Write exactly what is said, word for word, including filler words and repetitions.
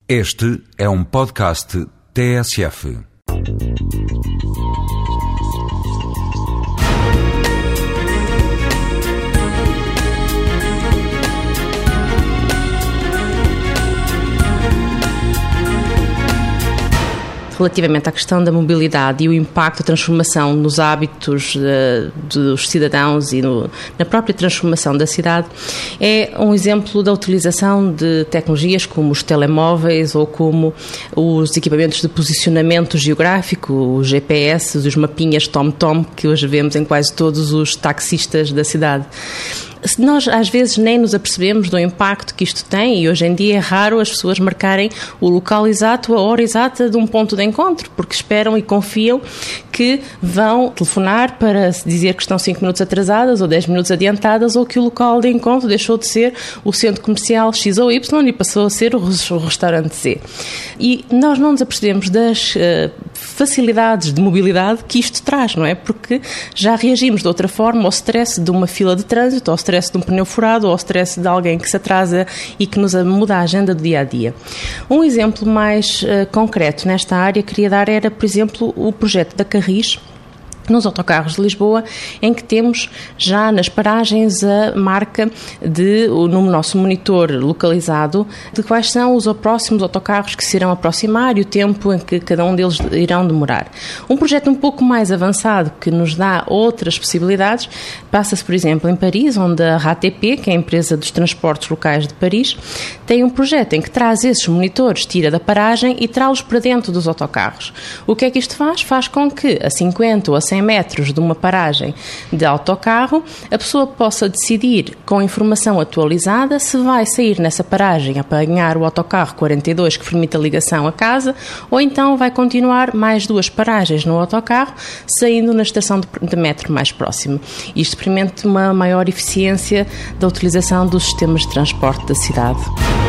Este é um podcast T S F. Relativamente à questão da mobilidade e o impacto da transformação nos hábitos uh, dos cidadãos e no, na própria transformação da cidade, é um exemplo da utilização de tecnologias como os telemóveis ou como os equipamentos de posicionamento geográfico, os G P S, os mapinhas TomTom, que hoje vemos em quase todos os taxistas da cidade. Nós, às vezes, nem nos apercebemos do impacto que isto tem e hoje em dia é raro as pessoas marcarem o local exato, a hora exata de um ponto de encontro, porque esperam e confiam que vão telefonar para dizer que estão cinco minutos atrasadas ou dez minutos adiantadas ou que o local de encontro deixou de ser o centro comercial X ou Y e passou a ser o restaurante Z. E nós não nos apercebemos das uh, facilidades de mobilidade que isto traz, não é? Porque já reagimos de outra forma ao stress de uma fila de trânsito, ao stress de um pneu furado ou ao stress de alguém que se atrasa e que nos muda a agenda do dia a dia. Um exemplo mais uh, concreto nesta área queria dar era, por exemplo, o projeto da Carris, nos autocarros de Lisboa, em que temos já nas paragens a marca de, no nosso monitor localizado de quais são os próximos autocarros que se irão aproximar e o tempo em que cada um deles irão demorar. Um projeto um pouco mais avançado que nos dá outras possibilidades passa-se, por exemplo, em Paris, onde a R A T P, que é a empresa dos transportes locais de Paris, tem um projeto em que traz esses monitores, tira da paragem e traz-los para dentro dos autocarros. O que é que isto faz? Faz com que a cinquenta ou a cem metros de uma paragem de autocarro, a pessoa possa decidir com informação atualizada se vai sair nessa paragem a apanhar o autocarro quarenta e dois que permite a ligação a casa ou então vai continuar mais duas paragens no autocarro, saindo na estação de metro mais próxima. Isto permite uma maior eficiência da utilização dos sistemas de transporte da cidade.